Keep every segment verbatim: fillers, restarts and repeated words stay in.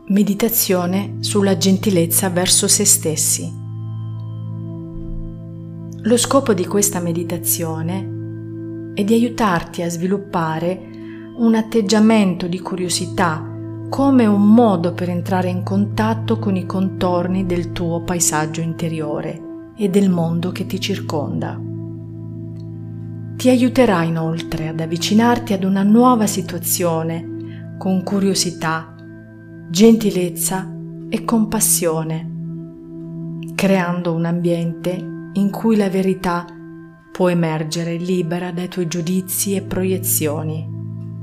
Meditazione sulla gentilezza verso se stessi. Lo scopo di questa meditazione è di aiutarti a sviluppare un atteggiamento di curiosità come un modo per entrare in contatto con i contorni del tuo paesaggio interiore e del mondo che ti circonda. Ti aiuterà inoltre ad avvicinarti ad una nuova situazione con curiosità, gentilezza e compassione, creando un ambiente in cui la verità può emergere libera dai tuoi giudizi e proiezioni.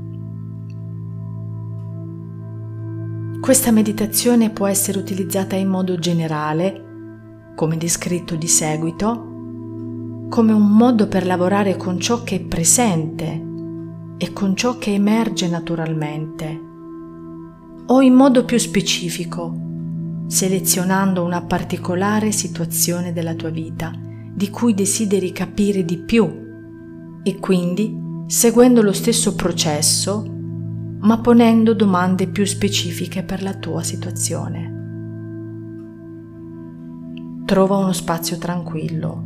Questa meditazione può essere utilizzata in modo generale, come descritto di seguito, come un modo per lavorare con ciò che è presente e con ciò che emerge naturalmente, o in modo più specifico, selezionando una particolare situazione della tua vita di cui desideri capire di più e quindi seguendo lo stesso processo ma ponendo domande più specifiche per la tua situazione. Trova uno spazio tranquillo.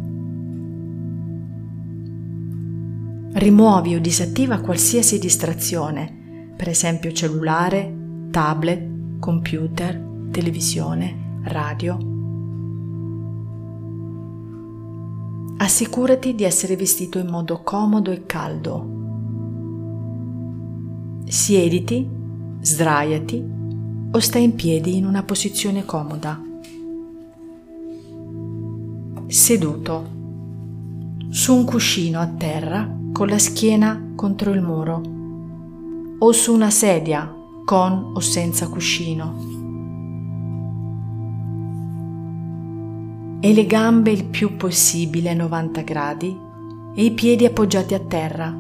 Rimuovi o disattiva qualsiasi distrazione, per esempio cellulare, tablet, computer, televisione, radio. Assicurati di essere vestito in modo comodo e caldo. Siediti, sdraiati o stai in piedi in una posizione comoda. Seduto, su un cuscino a terra con la schiena contro il muro o su una sedia con o senza cuscino. E le gambe il più possibile a novanta gradi e i piedi appoggiati a terra.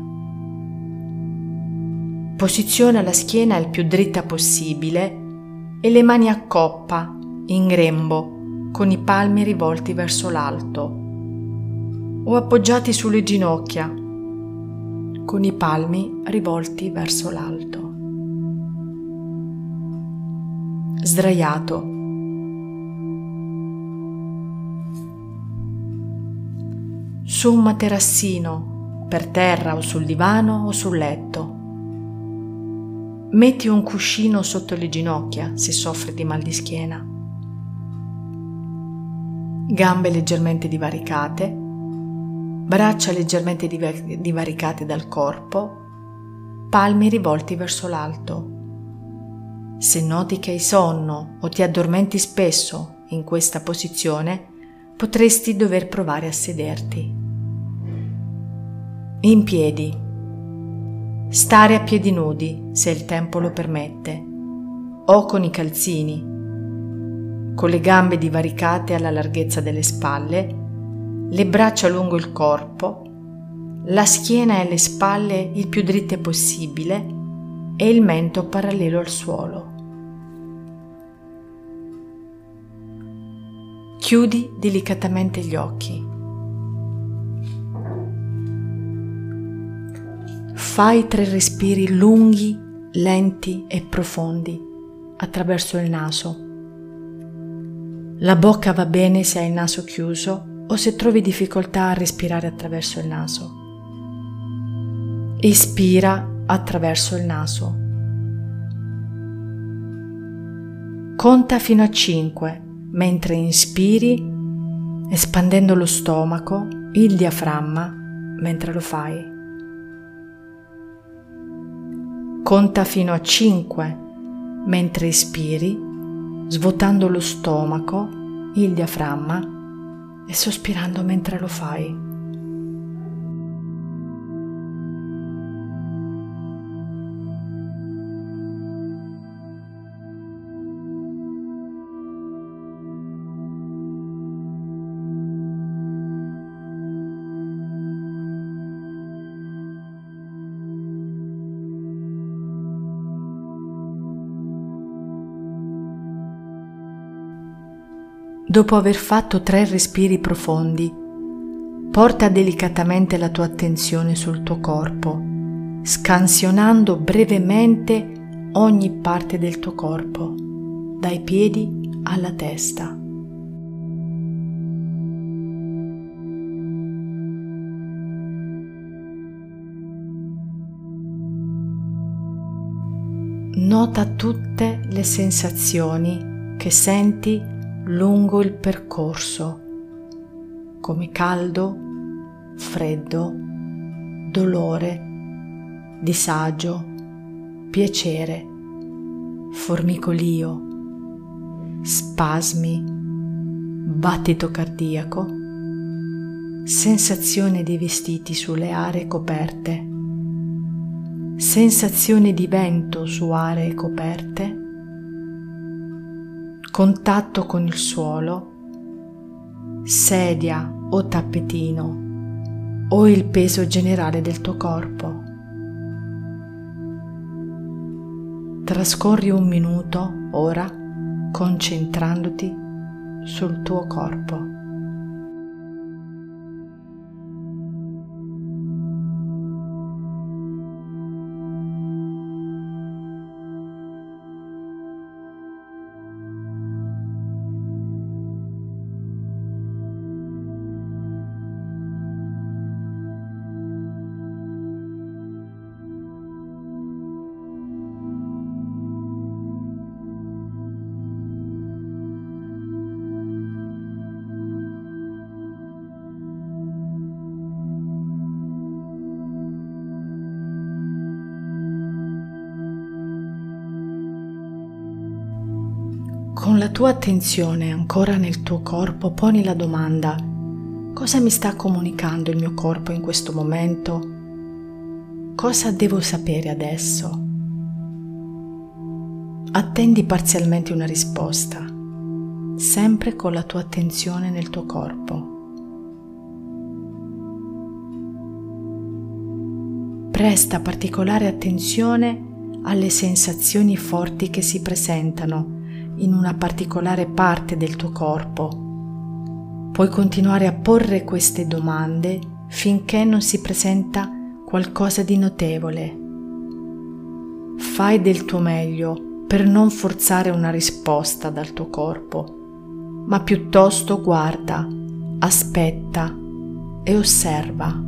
Posiziona la schiena il più dritta possibile e le mani a coppa, in grembo, con i palmi rivolti verso l'alto o appoggiati sulle ginocchia, con i palmi rivolti verso l'alto. Sdraiato. Su un materassino, per terra o sul divano o sul letto. Metti un cuscino sotto le ginocchia se soffri di mal di schiena. Gambe leggermente divaricate, braccia leggermente divaricate dal corpo, palmi rivolti verso l'alto. Se noti che hai sonno o ti addormenti spesso in questa posizione, potresti dover provare a sederti. In piedi. Stare a piedi nudi, se il tempo lo permette, o con i calzini, con le gambe divaricate alla larghezza delle spalle, le braccia lungo il corpo, la schiena e le spalle il più dritte possibile e il mento parallelo al suolo. Chiudi delicatamente gli occhi. Fai tre respiri lunghi, lenti e profondi attraverso il naso. La bocca va bene se hai il naso chiuso o se trovi difficoltà a respirare attraverso il naso. Espira attraverso il naso. Conta fino a cinque mentre inspiri, espandendo lo stomaco, il diaframma mentre lo fai. Conta fino a cinque mentre espiri, svuotando lo stomaco, il diaframma e sospirando mentre lo fai. Dopo aver fatto tre respiri profondi, porta delicatamente la tua attenzione sul tuo corpo, scansionando brevemente ogni parte del tuo corpo. dai piedi alla testa. Nota tutte le sensazioni che senti lungo il percorso, come caldo, freddo, dolore, disagio, piacere, formicolio, spasmi, battito cardiaco, sensazione di vestiti sulle aree coperte, sensazione di vento su aree coperte, contatto con il suolo, sedia o tappetino o il peso generale del tuo corpo. Trascorri un minuto ora concentrandoti sul tuo corpo. Con la tua attenzione ancora nel tuo corpo, poni la domanda: cosa mi sta comunicando il mio corpo in questo momento? Cosa devo sapere adesso? Attendi parzialmente una risposta, sempre con la tua attenzione nel tuo corpo. Presta particolare attenzione alle sensazioni forti che si presentano in una particolare parte del tuo corpo. Puoi continuare a porre queste domande finché non si presenta qualcosa di notevole. Fai del tuo meglio per non forzare una risposta dal tuo corpo, ma piuttosto guarda, aspetta e osserva.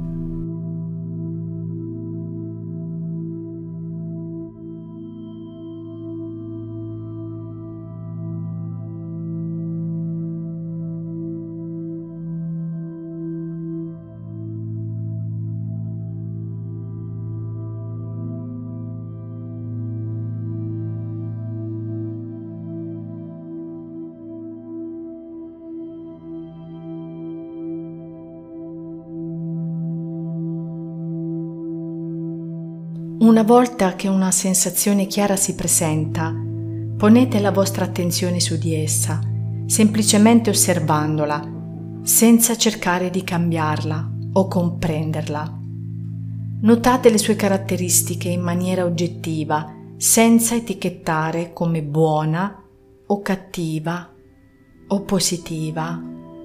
Una volta che una sensazione chiara si presenta, ponete la vostra attenzione su di essa, semplicemente osservandola, senza cercare di cambiarla o comprenderla. Notate le sue caratteristiche in maniera oggettiva, senza etichettare come buona o cattiva o positiva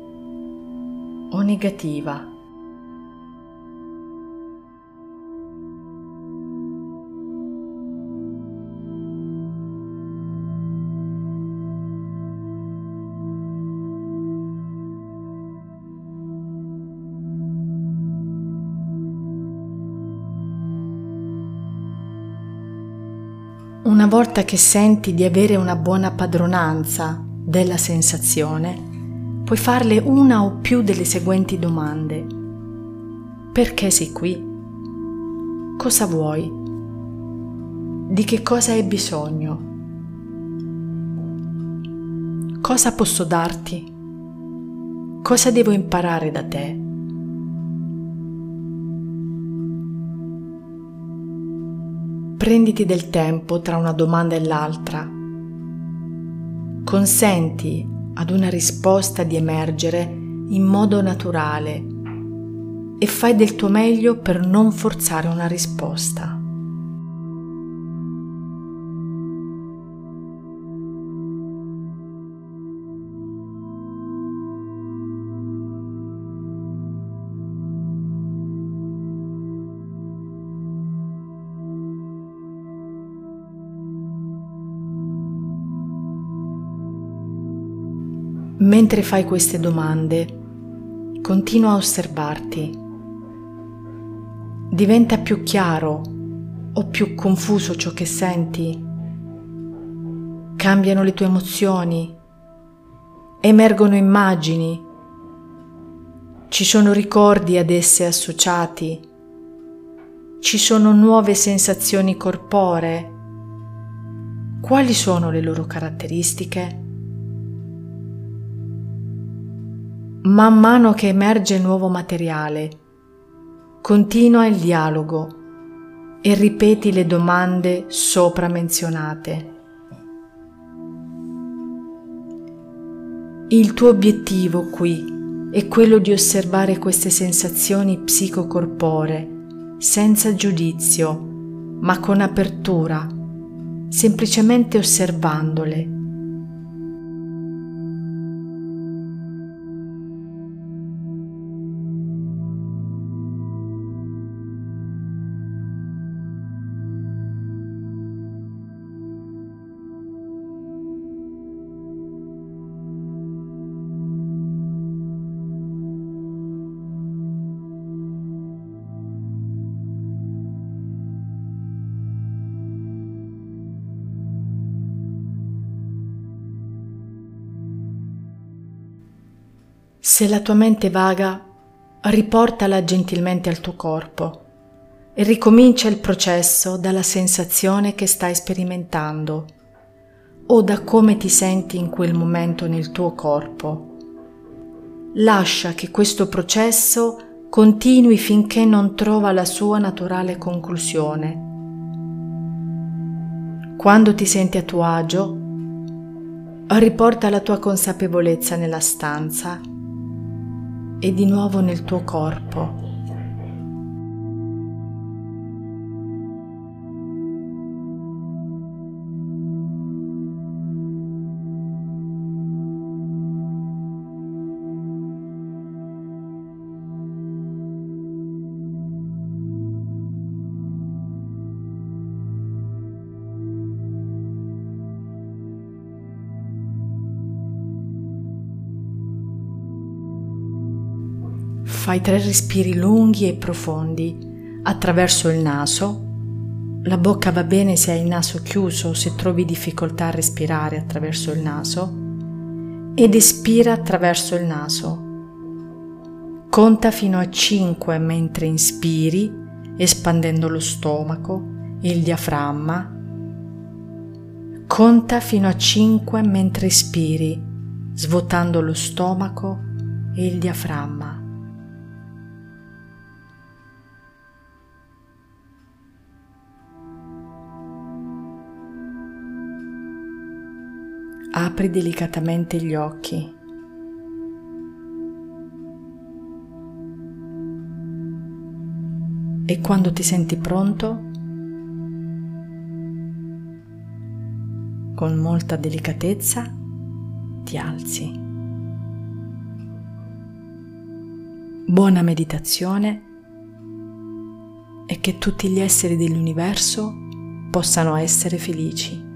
o negativa. Una volta che senti di avere una buona padronanza della sensazione, puoi farle una o più delle seguenti domande. Perché sei qui? Cosa vuoi? Di che cosa hai bisogno? Cosa posso darti? Cosa devo imparare da te? Prenditi del tempo tra una domanda e l'altra. Consenti ad una risposta di emergere in modo naturale e fai del tuo meglio per non forzare una risposta. Mentre fai queste domande, continua a osservarti. Diventa più chiaro o più confuso ciò che senti? Cambiano le tue emozioni? Emergono immagini? Ci sono ricordi ad esse associati? Ci sono nuove sensazioni corporee? Quali sono le loro caratteristiche? Man mano che emerge nuovo materiale, continua il dialogo e ripeti le domande sopra menzionate. Il tuo obiettivo qui è quello di osservare queste sensazioni psicocorporee senza giudizio, ma con apertura, semplicemente osservandole. Se la tua mente vaga, riportala gentilmente al tuo corpo e ricomincia il processo dalla sensazione che stai sperimentando o da come ti senti in quel momento nel tuo corpo. Lascia che questo processo continui finché non trova la sua naturale conclusione. Quando ti senti a tuo agio, riporta la tua consapevolezza nella stanza e di nuovo nel tuo corpo. Fai tre respiri lunghi e profondi attraverso il naso. La bocca va bene se hai il naso chiuso o se trovi difficoltà a respirare attraverso il naso. Ed espira attraverso il naso. Conta fino a cinque mentre inspiri, espandendo lo stomaco e il diaframma. Conta fino a cinque mentre espiri, svuotando lo stomaco e il diaframma. Apri delicatamente gli occhi. E quando ti senti pronto, con molta delicatezza, ti alzi. Buona meditazione e che tutti gli esseri dell'universo possano essere felici.